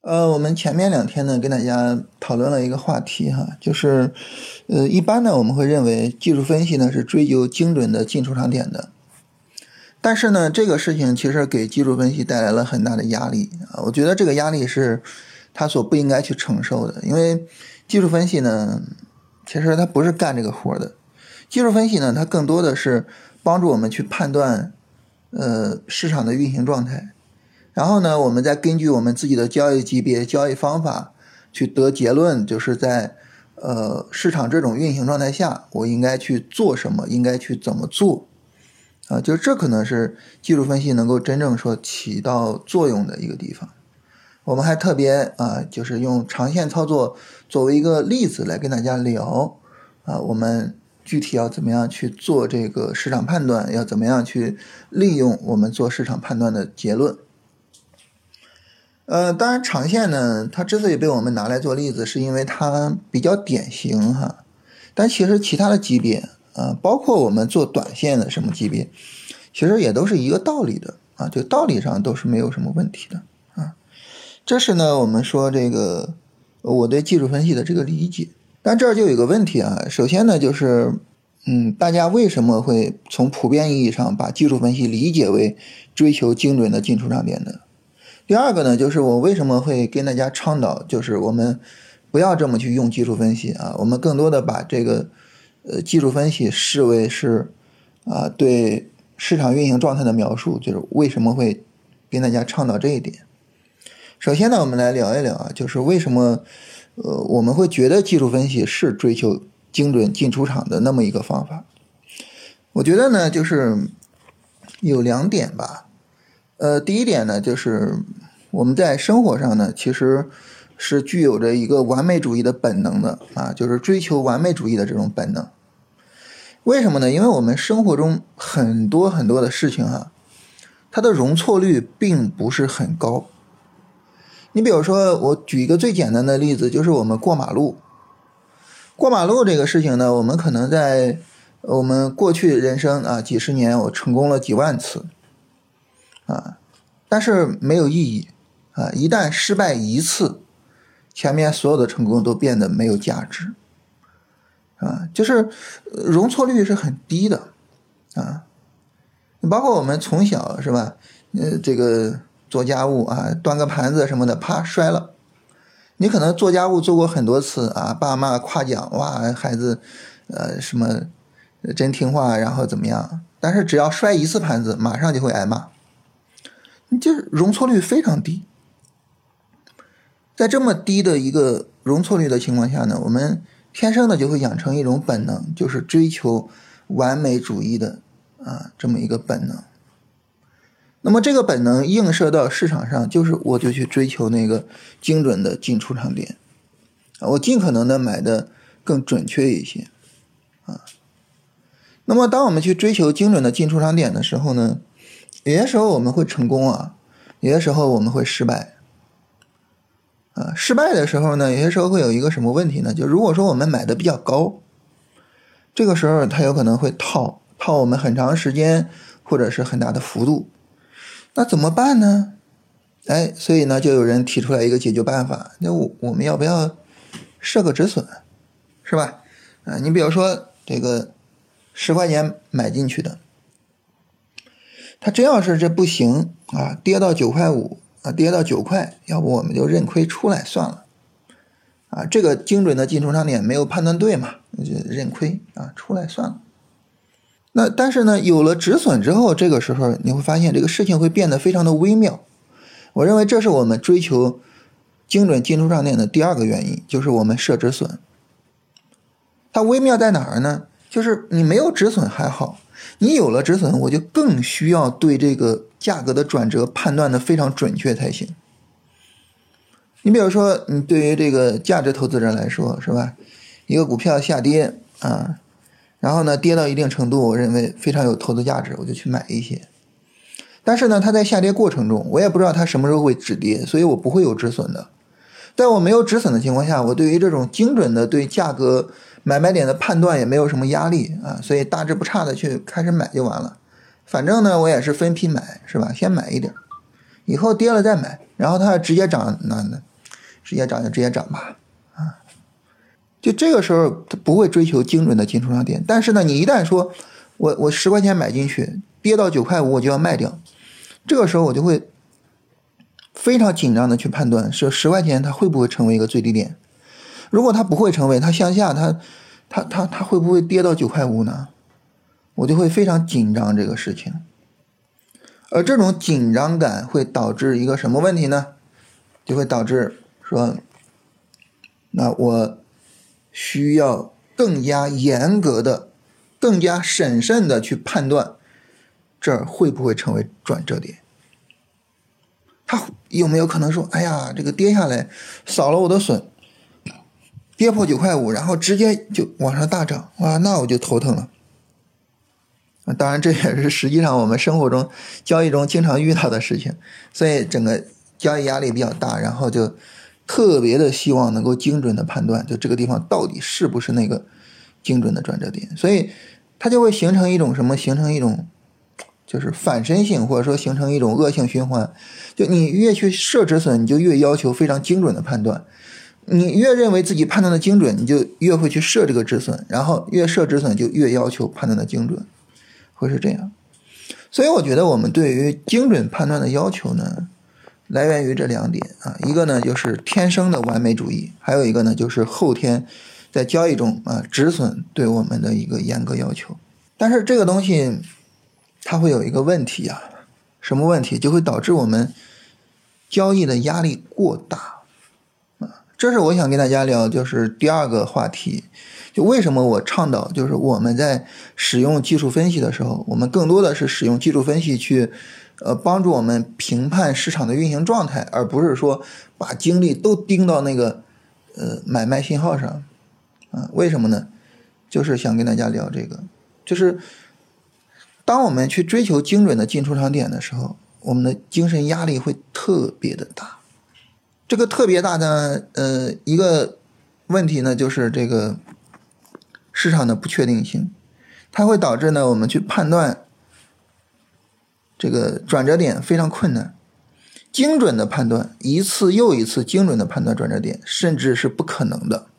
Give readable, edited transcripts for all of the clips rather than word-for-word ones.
我们前面2天呢跟大家讨论了一个话题哈，就是一般呢我们会认为技术分析呢是追求精准的进出场点的，但是呢这个事情其实给技术分析带来了很大的压力啊，我觉得这个压力是他所不应该去承受的，因为技术分析呢其实它不是干这个活的，技术分析呢它更多的是帮助我们去判断市场的运行状态。然后呢，我们再根据我们自己的交易级别、交易方法去得结论，就是在市场这种运行状态下，我应该去做什么，应该去怎么做啊？就这可能是技术分析能够真正说起到作用的一个地方。我们还特别就是用长线操作作为一个例子来跟大家聊我们具体要怎么样去做这个市场判断，要怎么样去利用我们做市场判断的结论。当然长线呢它之所以被我们拿来做例子是因为它比较典型哈，但其实其他的级别包括我们做短线的什么级别其实也都是一个道理的就道理上都是没有什么问题的这是呢我们说这个我对技术分析的这个理解。但这儿就有一个问题首先呢就是大家为什么会从普遍意义上把技术分析理解为追求精准的进出场点的？第二个呢，就是我为什么会跟大家倡导，就是我们不要这么去用技术分析我们更多的把这个技术分析视为是对市场运行状态的描述，就是为什么会跟大家倡导这一点。首先呢，我们来聊一聊就是为什么我们会觉得技术分析是追求精准进出场的那么一个方法。我觉得呢，就是有2点吧。第一点呢，就是我们在生活上呢，其实是具有着一个完美主义的本能的就是追求完美主义的这种本能。为什么呢？因为我们生活中很多的事情它的容错率并不是很高。你比如说，我举一个最简单的例子，就是我们过马路。过马路这个事情呢，我们可能在我们过去人生几十年，我成功了几万次但是没有意义一旦失败一次，前面所有的成功都变得没有价值就是容错率是很低的包括我们从小是吧这个做家务端个盘子什么的啪摔了，你可能做家务做过很多次爸妈夸奖哇孩子什么真听话然后怎么样，但是只要摔一次盘子马上就会挨骂，就是容错率非常低。在这么低的一个容错率的情况下呢，我们天生的就会养成一种本能，就是追求完美主义的这么一个本能。那么这个本能映射到市场上，就是我就去追求那个精准的进出场点我尽可能的买的更准确一些那么当我们去追求精准的进出场点的时候呢，有些时候我们会成功有些时候我们会失败失败的时候呢，有些时候会有一个什么问题呢？就如果说我们买的比较高，这个时候它有可能会套我们很长时间或者是很大的幅度，那怎么办呢？所以呢就有人提出来一个解决办法，那我们要不要设个止损，是吧你比如说这个10块钱买进去的，它真要是这不行跌到9块5跌到9块，要不我们就认亏出来算了这个精准的进出场点没有判断对嘛，就认亏出来算了。那但是呢有了止损之后，这个时候你会发现这个事情会变得非常的微妙。我认为这是我们追求精准进出场点的第2个原因，就是我们设止损。它微妙在哪儿呢？就是你没有止损还好，你有了止损，我就更需要对这个价格的转折判断的非常准确才行。你比如说你对于这个价值投资者来说是吧，一个股票下跌然后呢跌到一定程度，我认为非常有投资价值，我就去买一些。但是呢它在下跌过程中，我也不知道它什么时候会止跌，所以我不会有止损的。在我没有止损的情况下，我对于这种精准的对价格买卖点的判断也没有什么压力所以大致不差的去开始买就完了。反正呢我也是分批买是吧，先买一点，以后跌了再买，然后它直接涨直接涨就直接涨吧，就这个时候他不会追求精准的进出场点。但是呢，你一旦说我10块钱买进去，跌到9块5我就要卖掉，这个时候我就会非常紧张的去判断说10块钱它会不会成为一个最低点。如果它不会成为，它向下它会不会跌到9块5呢？我就会非常紧张这个事情。而这种紧张感会导致一个什么问题呢？就会导致说，那我需要更加严格的、更加审慎的去判断这儿会不会成为转折点。它有没有可能说，哎呀，这个跌下来扫了我的损，跌破9块5，然后直接就往上大涨，哇，那我就头疼了。当然这也是实际上我们生活中交易中经常遇到的事情，所以整个交易压力比较大，然后就特别的希望能够精准的判断就这个地方到底是不是那个精准的转折点，所以它就会形成一种什么，形成一种就是反身性，或者说形成一种恶性循环。就你越去设止损，你就越要求非常精准的判断，你越认为自己判断的精准，你就越会去设这个止损，然后越设止损就越要求判断的精准，会是这样。所以我觉得我们对于精准判断的要求呢，来源于这2点啊，一个呢就是天生的完美主义，还有一个呢就是后天在交易中止损对我们的一个严格要求。但是这个东西它会有一个问题啊，什么问题？就会导致我们交易的压力过大啊。这是我想跟大家聊，就是第2个话题，就为什么我倡导就是我们在使用技术分析的时候，我们更多的是使用技术分析去帮助我们评判市场的运行状态，而不是说把精力都盯到那个买卖信号上啊。为什么呢？就是想跟大家聊这个，就是当我们去追求精准的进出场点的时候，我们的精神压力会特别的大。这个特别大呢，一个问题呢就是这个市场的不确定性，它会导致呢我们去判断这个转折点非常困难，精准的判断，一次又一次精准的判断转折点，甚至是不可能的。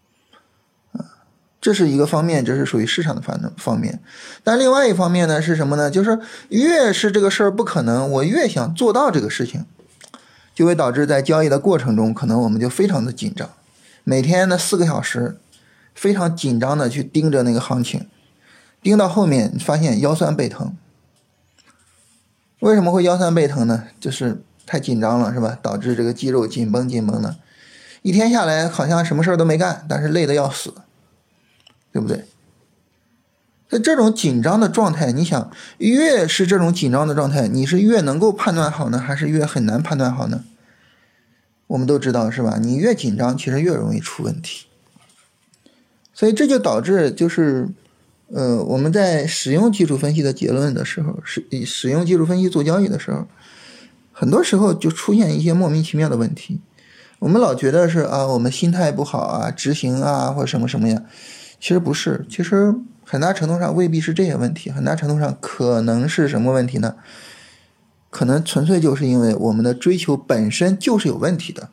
这是一个方面，这是属于市场的方面。但另外一方面呢是什么呢？就是越是这个事儿不可能，我越想做到这个事情，就会导致在交易的过程中，可能我们就非常的紧张，每天的4个小时非常紧张的去盯着那个行情，盯到后面发现腰酸背疼。为什么会腰酸背疼呢？就是太紧张了，是吧？导致这个肌肉紧绷的，一天下来好像什么事都没干，但是累得要死，对不对？在这种紧张的状态，你想越是这种紧张的状态，你是越能够判断好呢，还是越很难判断好呢？我们都知道，是吧？你越紧张其实越容易出问题。所以这就导致就是我们在使用技术分析的结论的时候，使用技术分析做交易的时候，很多时候就出现一些莫名其妙的问题。我们老觉得是我们心态不好啊，执行或者什么呀，其实不是，其实很大程度上未必是这些问题，很大程度上可能是什么问题呢？可能纯粹就是因为我们的追求本身就是有问题的。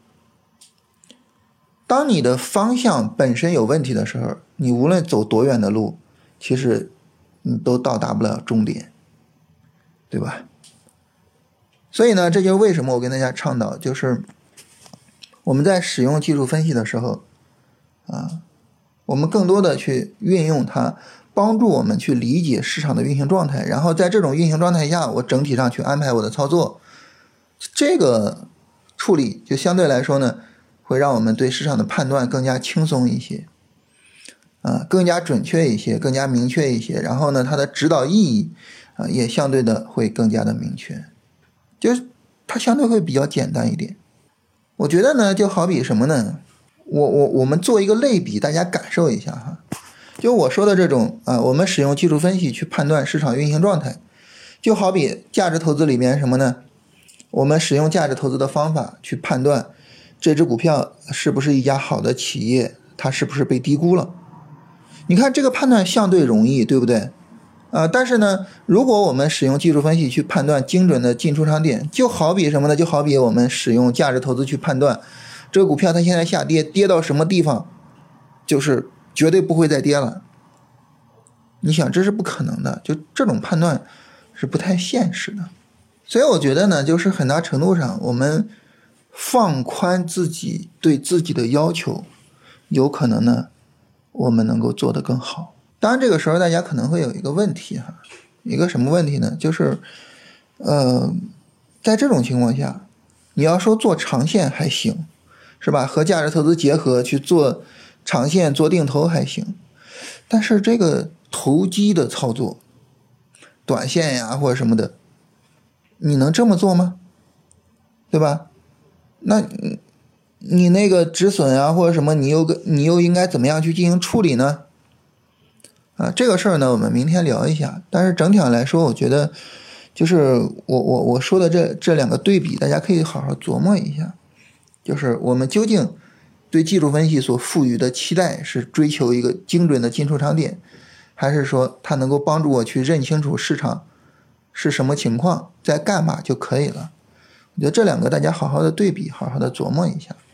当你的方向本身有问题的时候，你无论走多远的路，其实你都到达不了终点，对吧？所以呢，这就是为什么我跟大家倡导，就是我们在使用技术分析的时候我们更多的去运用它，帮助我们去理解市场的运行状态，然后在这种运行状态下，我整体上去安排我的操作。这个处理就相对来说呢，会让我们对市场的判断更加轻松一些更加准确一些，更加明确一些，然后呢它的指导意义也相对的会更加的明确，就是它相对会比较简单一点。我觉得呢就好比什么呢，我们做一个类比，大家感受一下哈。就我说的这种我们使用技术分析去判断市场运行状态，就好比价值投资里面什么呢？我们使用价值投资的方法去判断这只股票是不是一家好的企业，它是不是被低估了。你看这个判断相对容易，对不对？但是呢，如果我们使用技术分析去判断精准的进出场点，就好比什么呢？就好比我们使用价值投资去判断这个股票它现在下跌，跌到什么地方就是绝对不会再跌了。你想这是不可能的，就这种判断是不太现实的。所以我觉得呢，就是很大程度上我们放宽自己对自己的要求，有可能呢我们能够做得更好。当然这个时候大家可能会有一个问题哈，一个什么问题呢？就是在这种情况下，你要说做长线还行，是吧？和价值投资结合去做长线做定投还行，但是这个投机的操作，短线呀或者什么的，你能这么做吗？对吧？那你那个止损啊或者什么，你又应该怎么样去进行处理呢？这个事儿呢我们明天聊一下。但是整体上来说，我觉得就是我说的这两个对比，大家可以好好琢磨一下，就是我们究竟对技术分析所赋予的期待是追求一个精准的进出场点，还是说它能够帮助我去认清楚市场是什么情况，在干嘛就可以了。我觉得这两个大家好好的对比，好好的琢磨一下。